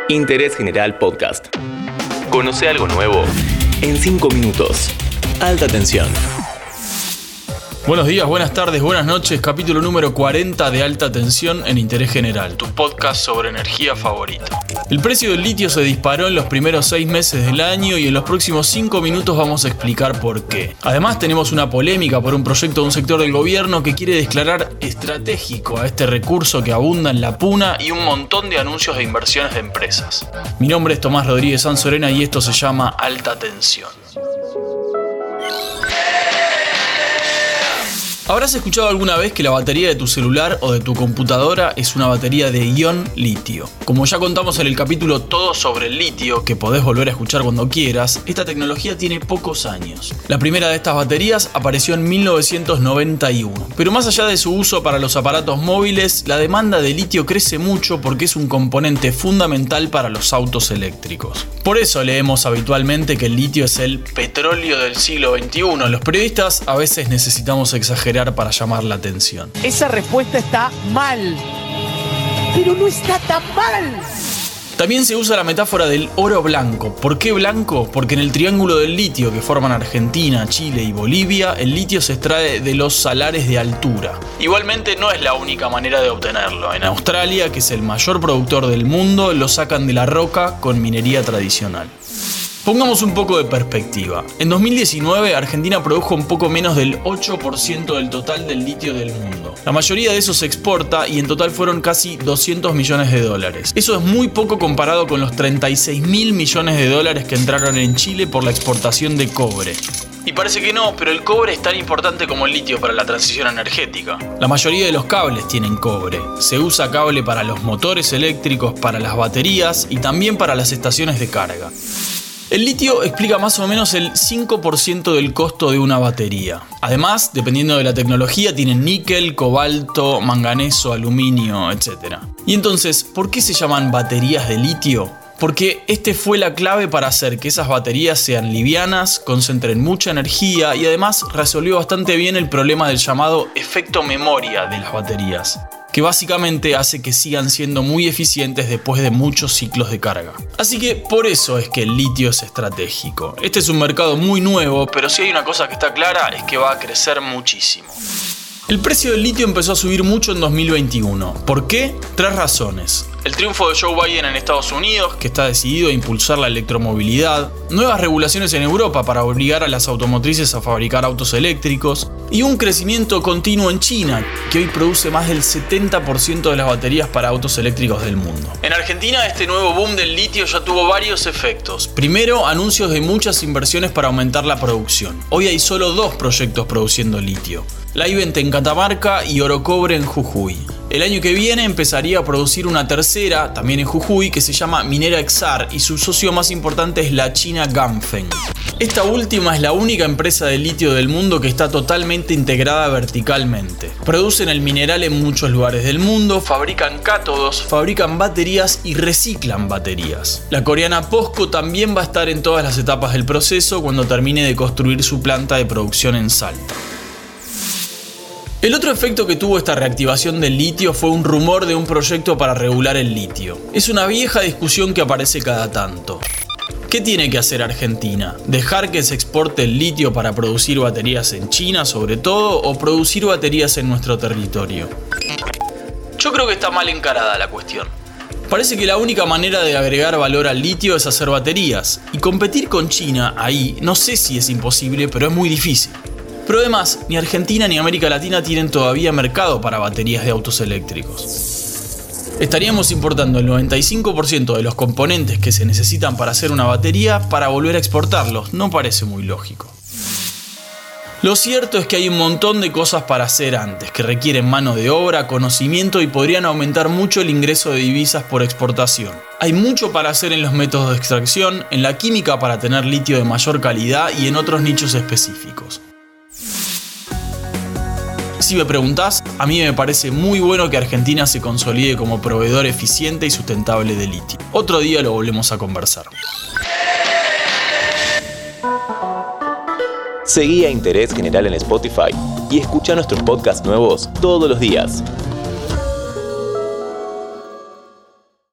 Interés General Podcast. Conoce algo nuevo en 5 minutos. Alta tensión. Buenos días, buenas tardes, buenas noches. Capítulo número 40 de Alta Tensión en Interés General, tu podcast sobre energía favorito. El precio del litio se disparó en los primeros 6 meses del año y en los próximos 5 minutos vamos a explicar por qué. Además tenemos una polémica por un proyecto de un sector del gobierno que quiere declarar estratégico a este recurso que abunda en la puna y un montón de anuncios de inversiones de empresas. Mi nombre es Tomás Rodríguez Sanzorena y esto se llama Alta Tensión. ¿Habrás escuchado alguna vez que la batería de tu celular o de tu computadora es una batería de ion litio? Como ya contamos en el capítulo Todo sobre el litio, que podés volver a escuchar cuando quieras, esta tecnología tiene pocos años. La primera de estas baterías apareció en 1991, pero más allá de su uso para los aparatos móviles, la demanda de litio crece mucho porque es un componente fundamental para los autos eléctricos. Por eso leemos habitualmente que el litio es el petróleo del siglo XXI. Los periodistas a veces necesitamos exagerar para llamar la atención. Esa respuesta está mal, pero no está tan mal. También se usa la metáfora del oro blanco. ¿Por qué blanco? Porque en el triángulo del litio que forman Argentina, Chile y Bolivia, el litio se extrae de los salares de altura. Igualmente no es la única manera de obtenerlo. En Australia, que es el mayor productor del mundo, lo sacan de la roca con minería tradicional. Pongamos un poco de perspectiva. En 2019, Argentina produjo un poco menos del 8% del total del litio del mundo. La mayoría de eso se exporta y en total fueron casi 200 millones de dólares. Eso es muy poco comparado con los 36.000 millones de dólares que entraron en Chile por la exportación de cobre. Y parece que no, pero el cobre es tan importante como el litio para la transición energética. La mayoría de los cables tienen cobre. Se usa cable para los motores eléctricos, para las baterías y también para las estaciones de carga. El litio explica más o menos el 5% del costo de una batería. Además, dependiendo de la tecnología, tienen níquel, cobalto, manganeso, aluminio, etc. Y entonces, ¿por qué se llaman baterías de litio? Porque fue la clave para hacer que esas baterías sean livianas, concentren mucha energía y además resolvió bastante bien el problema del llamado efecto memoria de las baterías, que básicamente hace que sigan siendo muy eficientes después de muchos ciclos de carga. Así que por eso es que el litio es estratégico. Este es un mercado muy nuevo, pero si hay una cosa que está clara es que va a crecer muchísimo. El precio del litio empezó a subir mucho en 2021. ¿Por qué? 3 razones. El triunfo de Joe Biden en Estados Unidos, que está decidido a impulsar la electromovilidad, nuevas regulaciones en Europa para obligar a las automotrices a fabricar autos eléctricos, y un crecimiento continuo en China, que hoy produce más del 70% de las baterías para autos eléctricos del mundo. En Argentina, este nuevo boom del litio ya tuvo varios efectos. Primero, anuncios de muchas inversiones para aumentar la producción. Hoy hay solo 2 proyectos produciendo litio: Livent en Catamarca y Orocobre en Jujuy. El año que viene empezaría a producir una tercera, también en Jujuy, que se llama Minera Exar, y su socio más importante es la china Ganfeng. Esta última es la única empresa de litio del mundo que está totalmente integrada verticalmente. Producen el mineral en muchos lugares del mundo, fabrican cátodos, fabrican baterías y reciclan baterías. La coreana POSCO también va a estar en todas las etapas del proceso cuando termine de construir su planta de producción en Salta. El otro efecto que tuvo esta reactivación del litio fue un rumor de un proyecto para regular el litio. Es una vieja discusión que aparece cada tanto. ¿Qué tiene que hacer Argentina? ¿Dejar que se exporte el litio para producir baterías en China sobre todo o producir baterías en nuestro territorio? Yo creo que está mal encarada la cuestión. Parece que la única manera de agregar valor al litio es hacer baterías, y competir con China ahí no sé si es imposible, pero es muy difícil. Pero además, ni Argentina ni América Latina tienen todavía mercado para baterías de autos eléctricos. Estaríamos importando el 95% de los componentes que se necesitan para hacer una batería para volver a exportarlos. No parece muy lógico. Lo cierto es que hay un montón de cosas para hacer antes, que requieren mano de obra, conocimiento y podrían aumentar mucho el ingreso de divisas por exportación. Hay mucho para hacer en los métodos de extracción, en la química para tener litio de mayor calidad y en otros nichos específicos. Si me preguntás, a mí me parece muy bueno que Argentina se consolide como proveedor eficiente y sustentable de litio. Otro día lo volvemos a conversar. Seguí a Interés General en Spotify y escucha nuestros podcasts nuevos todos los días.